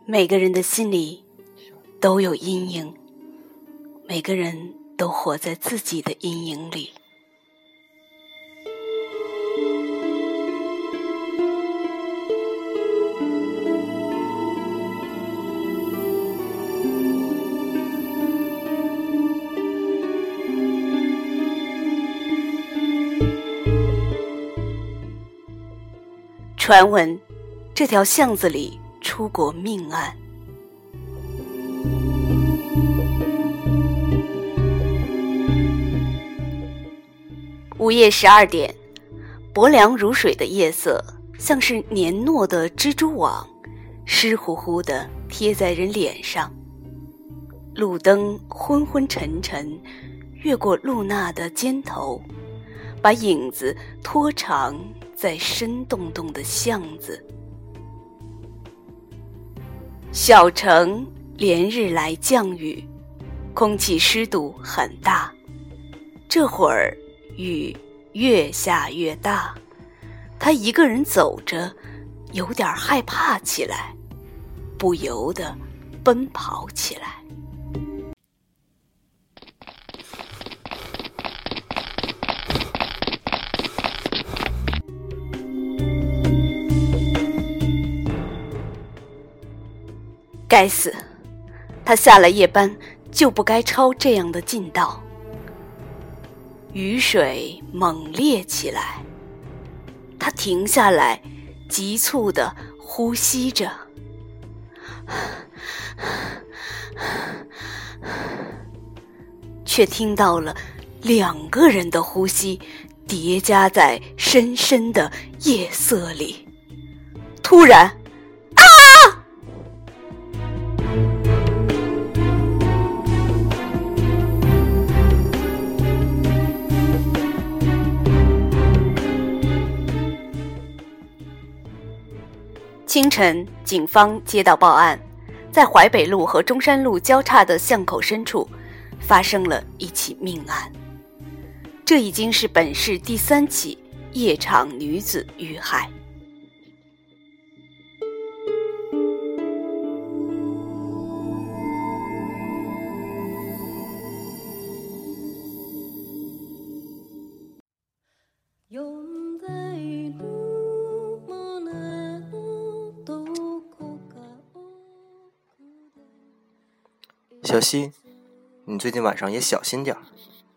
每个人的心里都有阴影，每个人都活在自己的阴影里。传闻这条巷子里出过命案。午夜12点，薄凉如水的夜色像是粘糯的蜘蛛网，湿乎乎地贴在人脸上。路灯昏昏沉沉，越过露娜的肩头，把影子拖长在深洞洞的巷子。小城连日来降雨，空气湿度很大，这会儿雨越下越大，他一个人走着，有点害怕起来，不由得奔跑起来。该死，他下了夜班就不该抄这样的近道。雨水猛烈起来，他停下来，急促地呼吸着，却听到了2个人的呼吸叠加在深深的夜色里。突然，清晨，警方接到报案，在淮北路和中山路交叉的巷口深处发生了一起命案。这已经是本市第3起夜场女子遇害。 小溪，你最近晚上也小心点儿。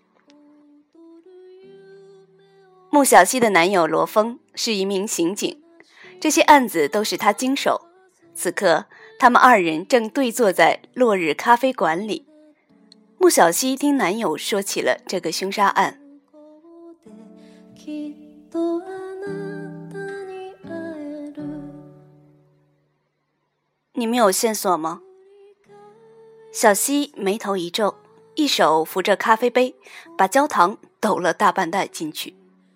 穆小溪的男友罗峰是一名刑警，这些案子都是他经手。此刻，他们2人正对坐在落日咖啡馆里。穆小溪听男友说起了这个凶杀案。你们有线索吗？小溪眉头一皱，一手扶着咖啡杯，把焦糖抖了大半袋进去。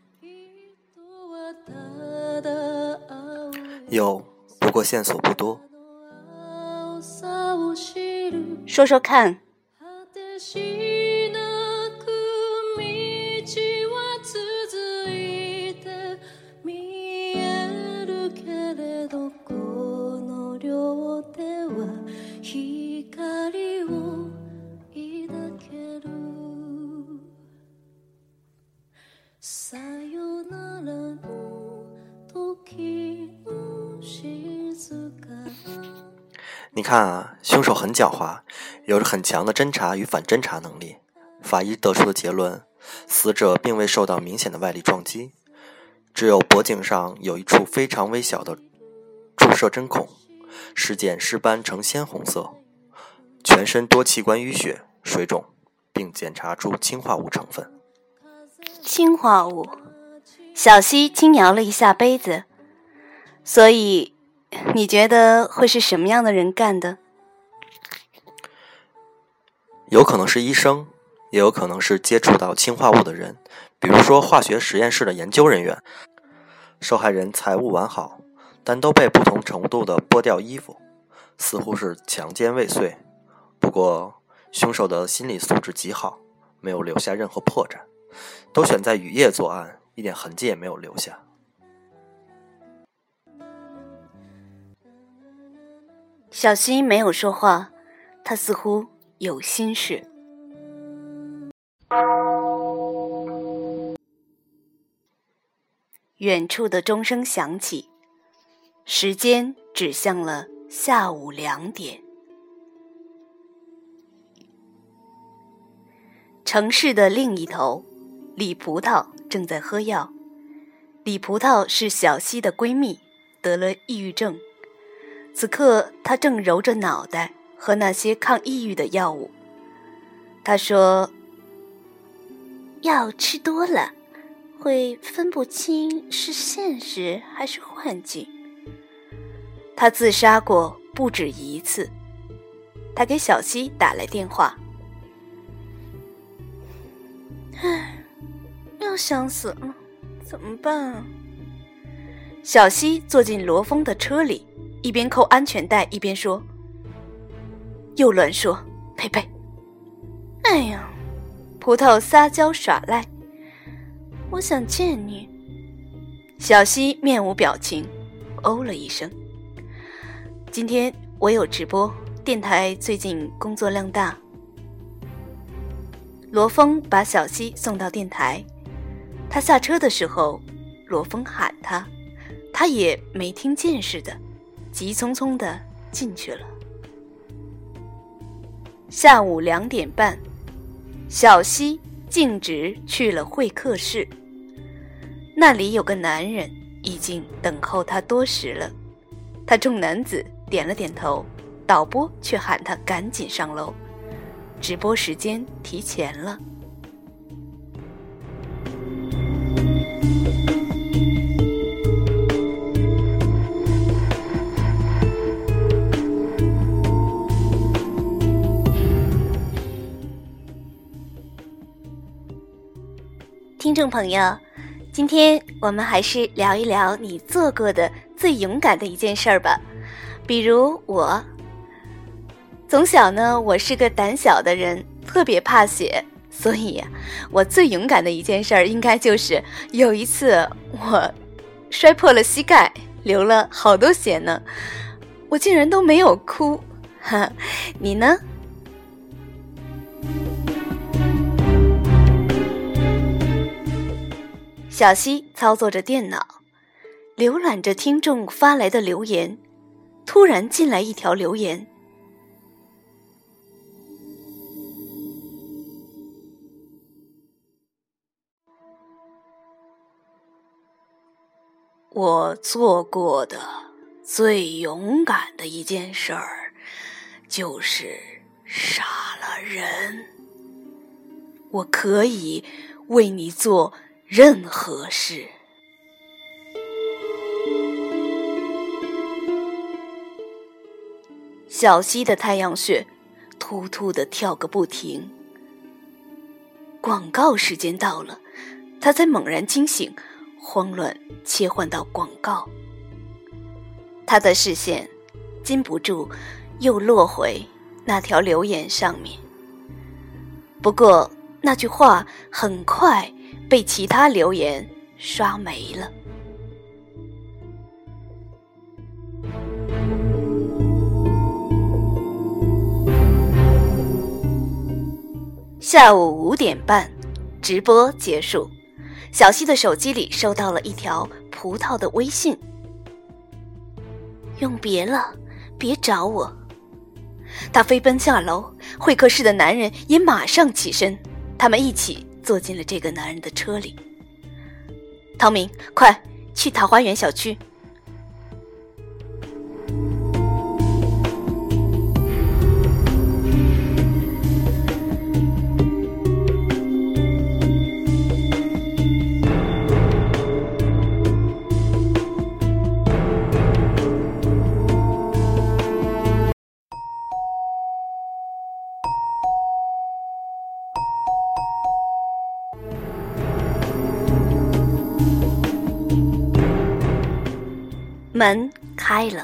有，不过线索不多。 说说看。 你看啊，凶手很狡猾，有着很强的侦查与反侦查能力。法医得出的结论，死者并未受到明显的外力撞击，只有脖颈上有一处非常微小的注射针孔，尸检尸斑呈鲜红色，全身多器官淤血水肿，并检查出氰化物成分。 氰化物？小溪轻摇了一下杯子。所以你觉得会是什么样的人干的？ 有可能是医生，也有可能是接触到氰化物的人，比如说化学实验室的研究人员。受害人财物完好，但都被不同程度的剥掉衣服，似乎是强奸未遂。不过凶手的心理素质极好，没有留下任何破绽，都选在雨夜作案，一点痕迹也没有留下。 小溪没有说话，他似乎有心事。远处的钟声响起，时间指向了下午2点。城市的另一头，李葡萄正在喝药。李葡萄是小溪的闺蜜，得了抑郁症。此刻她正揉着脑袋喝那些抗抑郁的药物。她说，药吃多了会分不清是现实还是幻境。她自杀过不止一次。她给小溪打来电话，唉，要想死了，怎么办啊？小溪坐进罗峰的车里，一边扣安全带一边说，又乱说，呸呸。哎呀，葡萄撒娇耍赖，我想见你。小溪面无表情，哦了一声。今天我有直播，电台最近工作量大。罗峰把小溪送到电台，他下车的时候，罗峰喊他，他也没听见似的，急匆匆地进去了。下午2点半，小溪径直去了会客室，那里有个男人已经等候他多时了。他冲男子点了点头，导播却喊他赶紧上楼，直播时间提前了。听众朋友，今天我们还是聊一聊你做过的最勇敢的一件事儿吧。比如我，从小呢，我是个胆小的人，特别怕血，所以我最勇敢的一件事儿应该就是有一次我摔破了膝盖，流了好多血呢，我竟然都没有哭。哈，你呢？小溪操作着电脑，浏览着听众发来的留言，突然进来一条留言，我做过的最勇敢的一件事儿，就是杀了人。我可以为你做任何事。小溪的太阳穴突突地跳个不停。广告时间到了，他才猛然惊醒，慌乱切换到广告。他的视线禁不住又落回那条留言上面。不过那句话很快被其他留言刷没了。下午5点半，直播结束。小溪的手机里收到了一条葡萄的微信：永别了，别找我。他飞奔下楼，会客室的男人也马上起身，他们一起坐进了这个男人的车里。陶明，快去桃花源小区。门开了，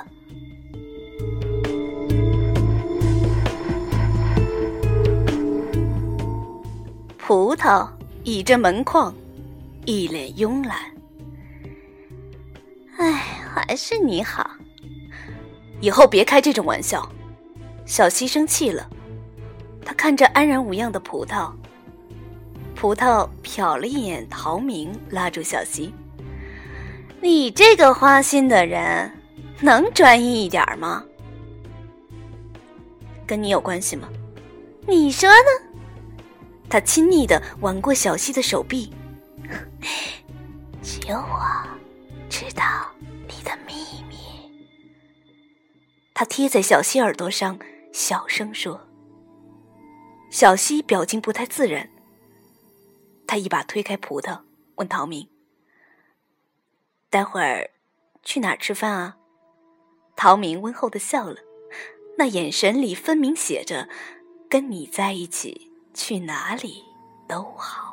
葡萄倚着门框，一脸慵懒。哎，还是你好。 以后别开这种玩笑。小西生气了，他看着安然无恙的葡萄，葡萄瞟了一眼陶明，拉住小西：你这个花心的人，能专一一点吗？跟你有关系吗？你说呢？他亲昵地挽过小西的手臂，只有我知道你的秘密。他贴在小西耳朵上小声说。小西表情不太自然，他一把推开葡萄，问陶明：待会儿去哪儿吃饭啊？陶明温厚地笑了，那眼神里分明写着跟你在一起去哪里都好。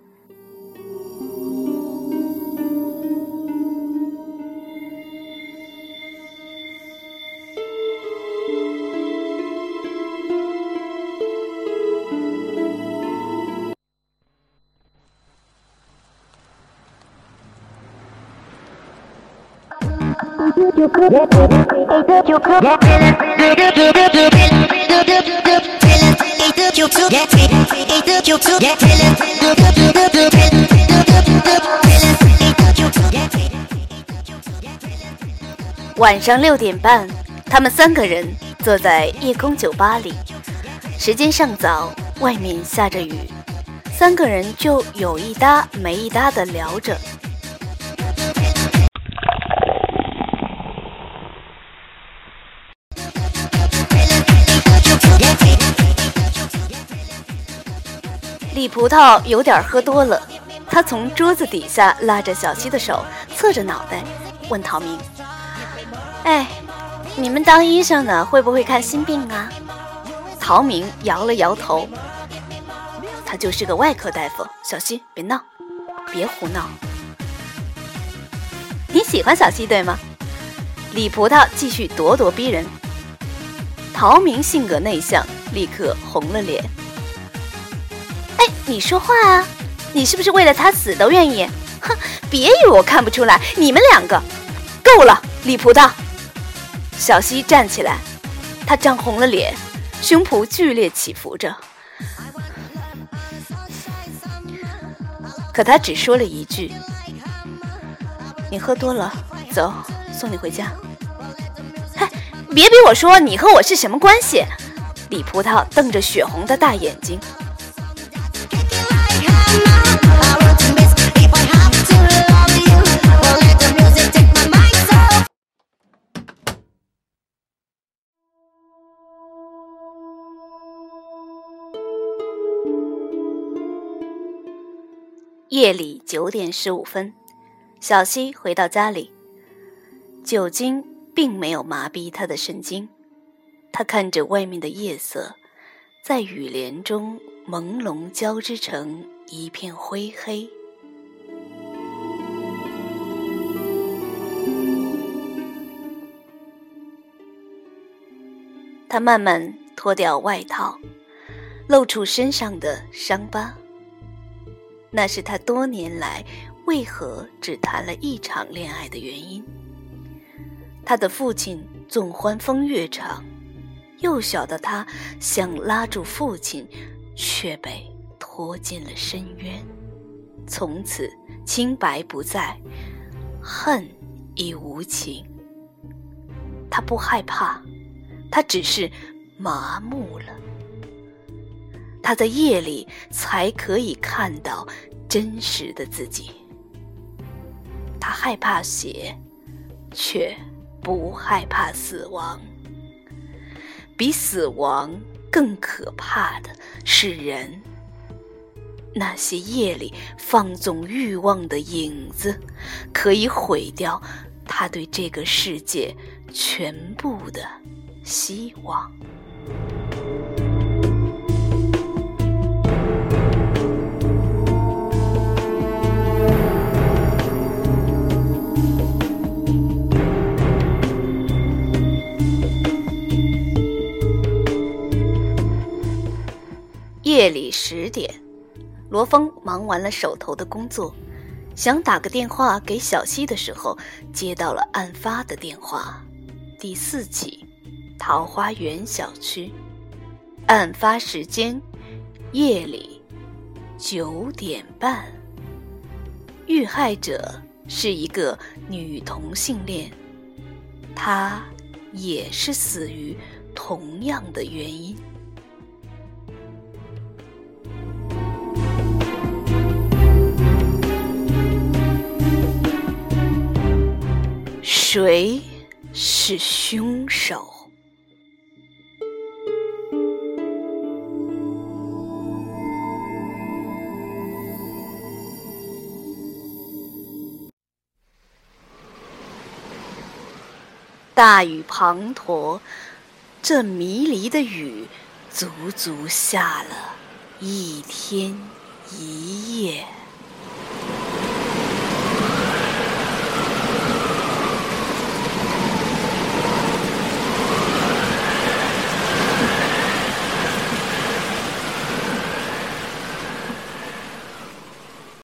晚上6点半，他们3个人坐在夜空酒吧里，时间尚早，外面下着雨，3个人就有一搭没一搭地聊着。李葡萄有点喝多了，他从桌子底下拉着小西的手，侧着脑袋问陶明：哎，你们当医生的会不会看心病啊？陶明摇了摇头，他就是个外科大夫。小西别闹，别胡闹。你喜欢小西对吗？李葡萄继续咄咄逼人。陶明性格内向，立刻红了脸。哎，你说话啊，你是不是为了他死都愿意？哼，别以为我看不出来，你们2个够了。李葡萄。小西站起来，他涨红了脸，胸脯剧烈起伏着，可他只说了一句：你喝多了，走，送你回家。嗨，别逼我说你和我是什么关系。李葡萄瞪着血红的大眼睛。夜里9点15分，小西回到家里，酒精并没有麻痹他的神经。他看着外面的夜色，在雨帘中朦胧交织成一片灰黑。他慢慢脱掉外套，露出身上的伤疤。那是他多年来为何只谈了1场恋爱的原因。他的父亲纵欢风月场，幼小的他想拉住父亲，却被拖进了深渊。从此清白不再，恨已无情。他不害怕，他只是麻木了。他在夜里才可以看到真实的自己。他害怕血，却不害怕死亡。比死亡更可怕的是人，那些夜里放纵欲望的影子，可以毁掉他对这个世界全部的希望。夜里10点，罗峰忙完了手头的工作，想打个电话给小西的时候，接到了案发的电话。 第4起桃花源小区，案发时间夜里9点半。遇害者是一个女同性恋，她也是死于同样的原因。谁是凶手？大雨滂沱，这迷离的雨足足下了1天1夜。